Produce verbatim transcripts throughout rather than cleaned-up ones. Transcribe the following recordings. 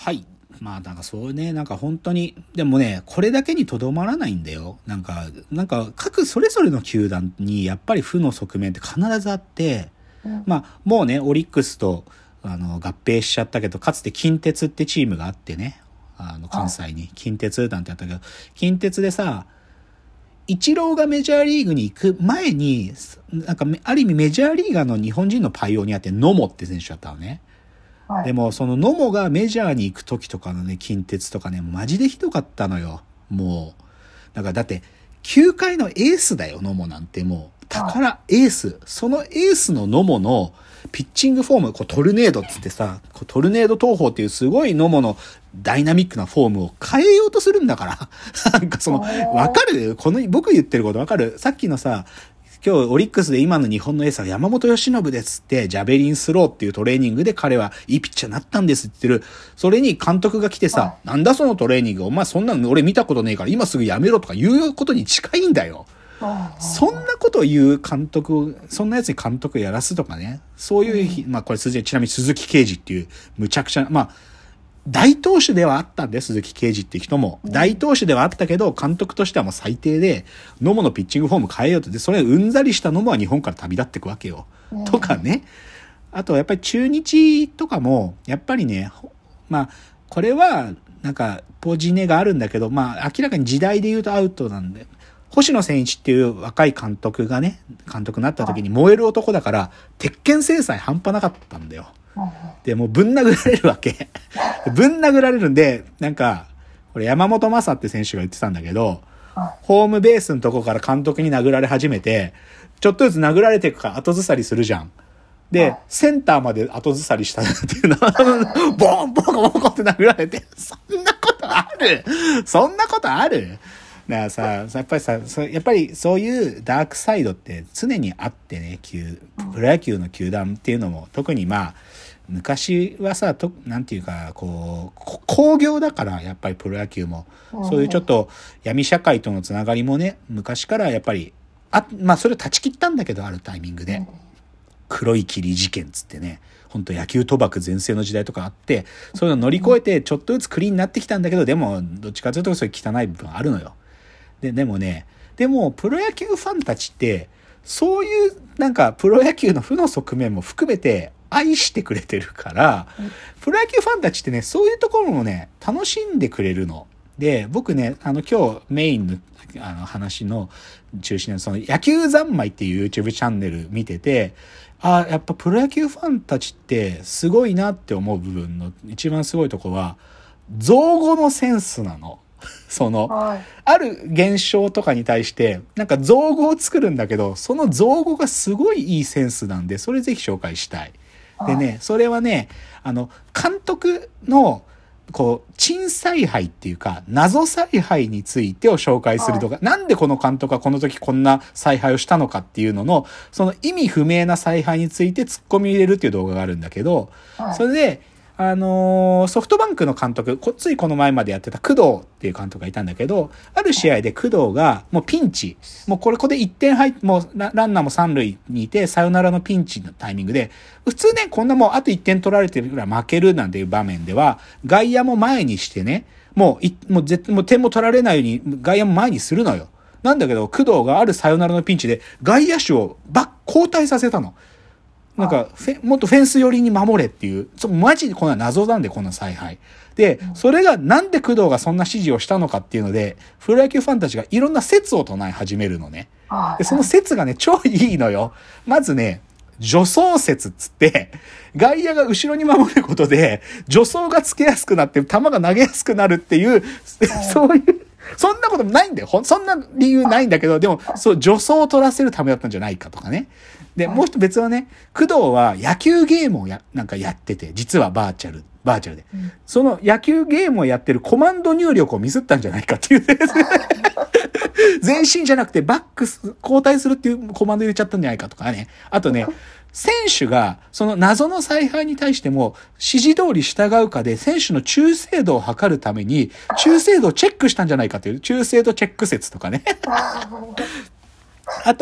はい。まあなんかそうね、なんか本当に、でもね、これだけにとどまらないんだよ。なんか、なんか各それぞれの球団にやっぱり負の側面って必ずあって、うん、まあもうね、オリックスとあの合併しちゃったけど、かつて近鉄ってチームがあってね、あの関西に近鉄なんてあったけど、近鉄でさ、イチローがメジャーリーグに行く前に、なんかある意味メジャーリーガーの日本人のパイオニアって野茂って選手だったのね。でもその野茂がメジャーに行く時とかのね、近鉄とかね、マジでひどかったのよ。もう。だからだって、球界のエースだよ、野茂なんてもう。宝エース。そのエースの野茂のピッチングフォーム、こうトルネードっつってさ、こうトルネード投法っていうすごい野茂のダイナミックなフォームを変えようとするんだから。なんかその、わかる？この、僕言ってることわかる？さっきのさ、今日オリックスで今の日本のエースは山本由伸ですって、ジャベリンスローっていうトレーニングで彼はいいピッチャーになったんですって言ってる。それに監督が来てさ、なんだそのトレーニング、お前そんなの俺見たことねえから今すぐやめろとか言うことに近いんだよ。そんなことを言う監督、そんなやつに監督やらすとかね。そういう、まあこれちなみに鈴木啓治っていうむちゃくちゃ、まあ、大投手ではあったんで、鈴木啓治って人も。大投手ではあったけど、監督としてはもう最低で、野茂のピッチングフォーム変えようと。で、それうんざりした野茂は日本から旅立っていくわけよ。とかね。あと、やっぱり中日とかも、やっぱりね、まあ、これは、なんか、ポジネがあるんだけど、まあ、明らかに時代で言うとアウトなんで、星野千一っていう若い監督がね、監督になった時に燃える男だから、鉄拳制裁半端なかったんだよ。で、もうぶん殴られるわけ。ぶん殴られるんで、なんか、これ山本昌って選手が言ってたんだけど、ホームベースのとこから監督に殴られ始めて、ちょっとずつ殴られていくから後ずさりするじゃん。で、センターまで後ずさりしたっていうのは、ボンボコボコって殴られて、そんなことある？そんなことある？だからさ、やっぱりさ、やっぱりそういうダークサイドって常にあってね、球、プロ野球の球団っていうのも、特にまあ、昔はさ、と、なんていうか、こう、工業だから、やっぱりプロ野球も、そういうちょっと闇社会とのつながりもね、昔からやっぱり、あ、まあそれを断ち切ったんだけど、あるタイミングで。黒い霧事件つってね、本当野球賭博全盛の時代とかあって、そういうの乗り越えてちょっとずつクリーンになってきたんだけど、でも、どっちかというとそういう汚い部分あるのよ。で、でもね、でも、プロ野球ファンたちって、そういう、なんか、プロ野球の負の側面も含めて、愛してくれてるから、プロ野球ファンたちってね、そういうところもね、楽しんでくれるの。で、僕ね、あの、今日メインの、あの、話の中心の、その、野球三昧っていう YouTube チャンネル見てて、あ、やっぱプロ野球ファンたちってすごいなって思う部分の一番すごいとこは、造語のセンスなの。その、はい、ある現象とかに対して、なんか造語を作るんだけど、その造語がすごいいいセンスなんで、それぜひ紹介したい。でね、それはね、あの、監督の、こう、珍采配っていうか、謎采配についてを紹介するとか、はい、なんでこの監督はこの時こんな采配をしたのかっていうのの、その意味不明な采配について突っ込み入れるっていう動画があるんだけど、はい、それで、あのー、ソフトバンクの監督、こ、ついこの前までやってた工藤っていう監督がいたんだけど、ある試合で工藤がもうピンチ、もうこれここでいってん入って、もうランナーも三塁にいて、サヨナラのピンチのタイミングで、普通ね、こんなもうあといってん取られてるぐらい負けるなんていう場面では、外野も前にしてね、もうい、もう絶対、もう点も取られないように外野も前にするのよ。なんだけど、工藤があるサヨナラのピンチで、外野手をバッ、交代させたの。なんかフェ、もっとフェンス寄りに守れっていう、ちょマジでこんな謎なんで、こんな采配。で、それがなんで工藤がそんな指示をしたのかっていうので、プロ野球ファンたちがいろんな説を唱え始めるのね。で、その説がね、超いいのよ。まずね、助走説っつって、外野が後ろに守ることで、助走がつけやすくなって、球が投げやすくなるっていう、そういう、そんなこともないんだよ。そんな理由ないんだけど、でも、そう、助走を取らせるためだったんじゃないかとかね。で、もう一つ別はね、工藤は野球ゲームをや、なんかやってて、実はバーチャル、バーチャルで。うん、その野球ゲームをやってるコマンド入力をミスったんじゃないかっていう、ね。前進じゃなくてバックス、交代するっていうコマンド入れちゃったんじゃないかとかね。あとね、選手がその謎の采配に対しても指示通り従うかで選手の忠誠度を測るために忠誠度をチェックしたんじゃないかという忠誠度チェック説とかね。あと、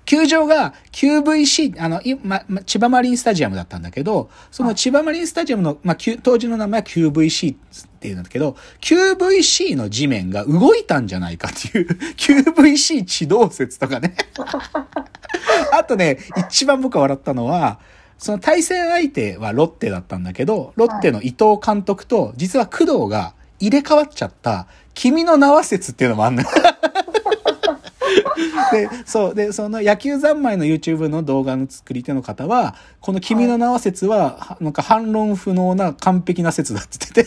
球場が キューブイシー、あの、ま、ま、千葉マリンスタジアムだったんだけど、その千葉マリンスタジアムの、まあ、当時の名前は キューブイシー っていうんだけど、キューブイシー の地面が動いたんじゃないかっていう、キューブイシー 地動説とかね。あとね、一番僕が笑ったのは、その対戦相手はロッテだったんだけど、ロッテの伊藤監督と、実は工藤が入れ替わっちゃった、君の名は説っていうのもあんのよ。で、そう。で、その野球三昧の YouTube の動画の作り手の方は、この君の名は説は、なんか反論不能な完璧な説だって言ってて。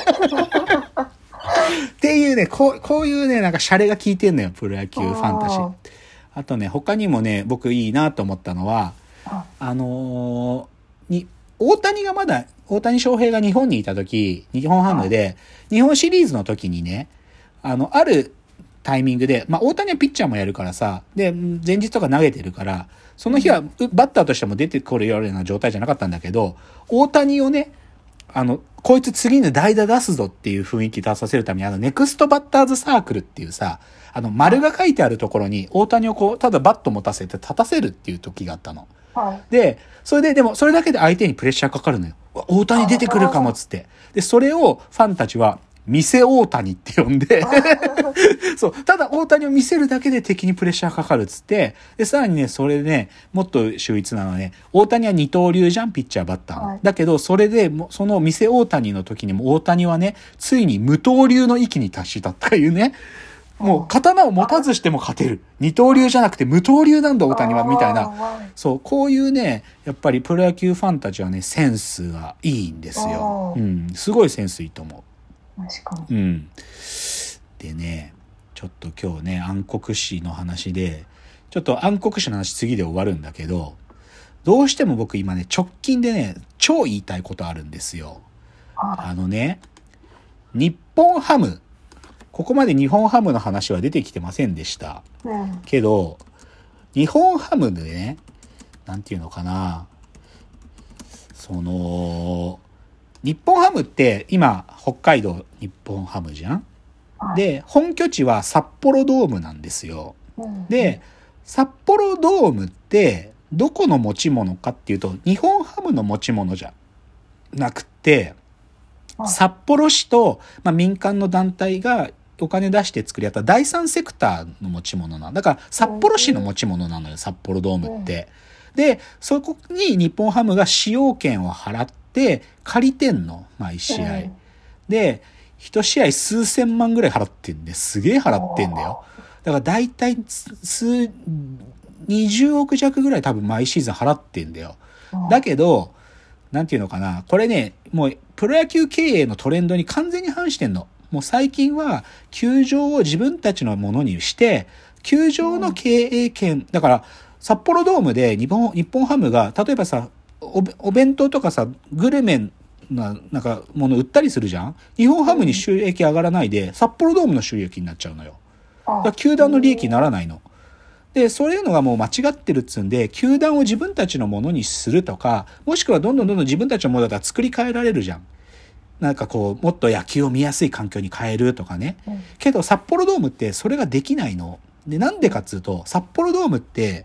っていうね、こう、こういうね、なんかシャレが効いてんのよ、プロ野球ファンタジー。あとね、他にもね、僕いいなと思ったのは、あのー、に、大谷がまだ、大谷翔平が日本にいた時、日本ハムで、日本シリーズの時にね、あの、ある、タイミングで、まあ、大谷はピッチャーもやるからさ、で、前日とか投げてるから、その日はバッターとしても出てくるような状態じゃなかったんだけど、大谷をね、あの、こいつ次の代打出すぞっていう雰囲気出させるために、あの、ネクストバッターズサークルっていうさ、あの、丸が書いてあるところに、大谷をこう、ただバット持たせて立たせるっていう時があったの。はい、で、それで、でも、それだけで相手にプレッシャーかかるのよ。大谷出てくるかもっつって。で、それをファンたちは、見せ大谷って呼んでそう、ただ大谷を見せるだけで敵にプレッシャーかかるっつって、で、さらにね、それでね、もっと秀逸なのはね、大谷は二刀流じゃん、ピッチャーバッターの。はい、だけど、それで、その見せ大谷の時にも大谷はね、ついに無刀流の域に達したというね、もう刀を持たずしても勝てる。二刀流じゃなくて無刀流なんだ大谷は、みたいな。そう、こういうね、やっぱりプロ野球ファンたちはね、センスがいいんですよ。うん、すごいセンスいいと思う。 確かに。 うん。でね、ちょっと今日ね、暗黒史の話で、ちょっと暗黒史の話次で終わるんだけど、どうしても僕今ね、直近でね、超言いたいことあるんですよ。あ, あのね、日本ハム、ここまで日本ハムの話は出てきてませんでした。うん、けど、日本ハムでね、なんていうのかな、その、日本ハムって今北海道日本ハムじゃん。で、本拠地は札幌ドームなんですよ。で、札幌ドームってどこの持ち物かっていうと、日本ハムの持ち物じゃなくて、札幌市と、まあ、民間の団体がお金出して作り合った第三セクターの持ち物なの。だから札幌市の持ち物なのよ、札幌ドームって。で、そこに日本ハムが使用権を払って、で、借りてんの。毎試合。うん、で、一試合数千万ぐらい払ってんで、すげえ払ってんだよ。だから大体数、にじゅうおく弱ぐらい多分毎シーズン払ってんだよ。うん、だけど、なんていうのかな。これね、もうプロ野球経営のトレンドに完全に反してんの。もう最近は球場を自分たちのものにして、球場の経営権、だから札幌ドームで日本、日本ハムが、例えばさ、お, お弁当とかさ、グルメな、なんか、もの売ったりするじゃん。日本ハムに収益上がらないで、札幌ドームの収益になっちゃうのよ。だから球団の利益にならないの。で、そういうのがもう間違ってるっつうんで、球団を自分たちのものにするとか、もしくはどんどんどんどん自分たちのものだから作り変えられるじゃん。なんかこう、もっと野球を見やすい環境に変えるとかね。けど、札幌ドームってそれができないの。で、なんでかっつうと、札幌ドームって、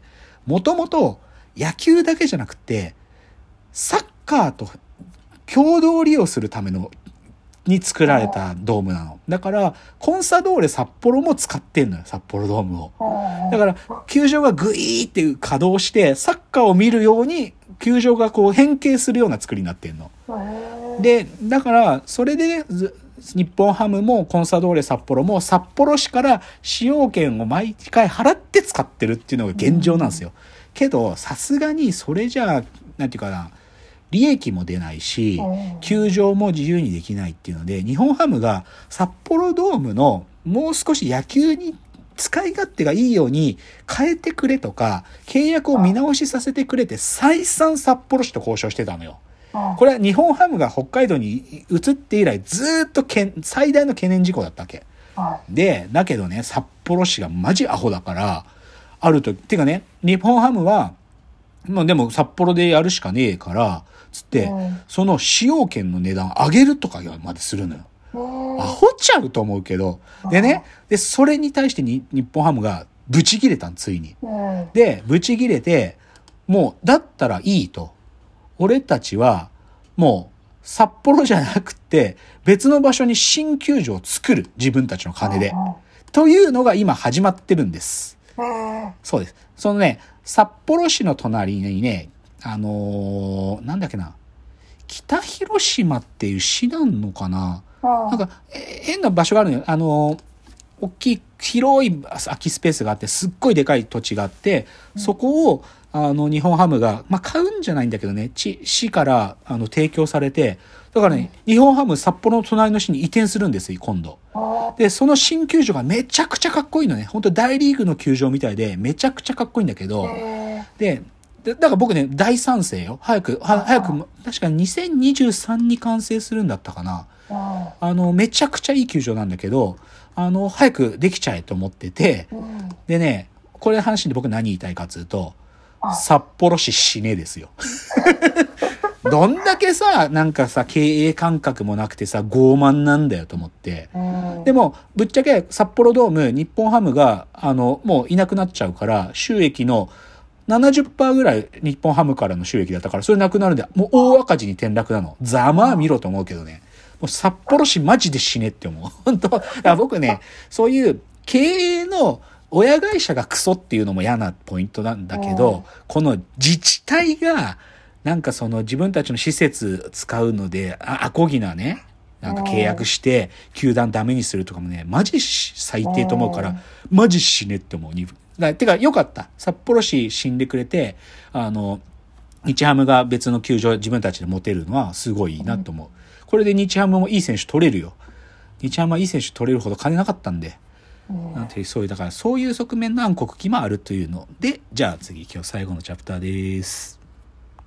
もともと野球だけじゃなくて、サッカーと共同利用するためのに作られたドームなの。だからコンサドーレ札幌も使ってんのよ、札幌ドームを。だから球場がグイーっていう稼働してサッカーを見るように球場がこう変形するような作りになってんの。で、だからそれで、ね、日本ハムもコンサドーレ札幌も札幌市から使用権を毎回払って使ってるっていうのが現状なんですよ。けどさすがにそれじゃあなんていうかな、利益も出ないし、球場も自由にできないっていうので、日本ハムが札幌ドームのもう少し野球に使い勝手がいいように変えてくれとか、契約を見直しさせてくれって再三札幌市と交渉してたのよ。これは日本ハムが北海道に移って以来ずっとけ最大の懸念事項だったわけ。で、だけどね、札幌市がマジアホだから、あると、てかね、日本ハムは、まあでも札幌でやるしかねえから、つって、うん、その使用権の値段上げるとかまでするのよ。アホちゃうと思うけど。でね、で、それに対してに日本ハムがブチ切れたん、ついに。 うん、 で、ブチ切れて、もう、だったらいいと。俺たちは、もう、札幌じゃなくて、別の場所に新球場を作る。自分たちの金で。 うん、 というのが今始まってるんです。 うん、 そうです。そのね、札幌市の隣にね、あのー、なんだっけな、北広島っていう市なのかな、なんか、え変な場所があるのよ。あのー、大きい、広い空きスペースがあって、すっごいでかい土地があって、そこを、あの、日本ハムが、まあ、買うんじゃないんだけどね、市、市から、あの、提供されて、だからね、日本ハム札幌の隣の市に移転するんですよ、今度。で、その新球場がめちゃくちゃかっこいいのね。本当大リーグの球場みたいで、めちゃくちゃかっこいいんだけど、で、だから僕ね、大賛成よ。早く、は早く、確かににせんにじゅうさんに完成するんだったかな。あの、めちゃくちゃいい球場なんだけど、あの、早くできちゃえと思ってて、でね、これ話で僕何言いたいかっていうと、札幌市死ねですよ。どんだけさ、なんかさ、経営感覚もなくてさ、傲慢なんだよと思って。でも、ぶっちゃけ札幌ドーム、日本ハムが、あの、もういなくなっちゃうから、収益のななじゅっパーセントぐらい日本ハムからの収益だったから、それなくなるんで、もう大赤字に転落なの。ざまあ見ろと思うけどね。もう札幌市マジで死ねって思う。本当。だから僕ね、そういう経営の親会社がクソっていうのも嫌なポイントなんだけど、この自治体が、なんかその自分たちの施設使うので、あ、アコギなね、なんか契約して、球団ダメにするとかもね、マジ最低と思うから、マジ死ねって思う。だてか、よかった。札幌市死んでくれて、あの、日ハムが別の球場自分たちで持てるのはすごいいいなと思う。これで日ハムもいい選手取れるよ。日ハムはいい選手取れるほど金なかったんで。なんてそういう、だからそういう側面の暗黒期もあるというので、じゃあ次、今日最後のチャプターです。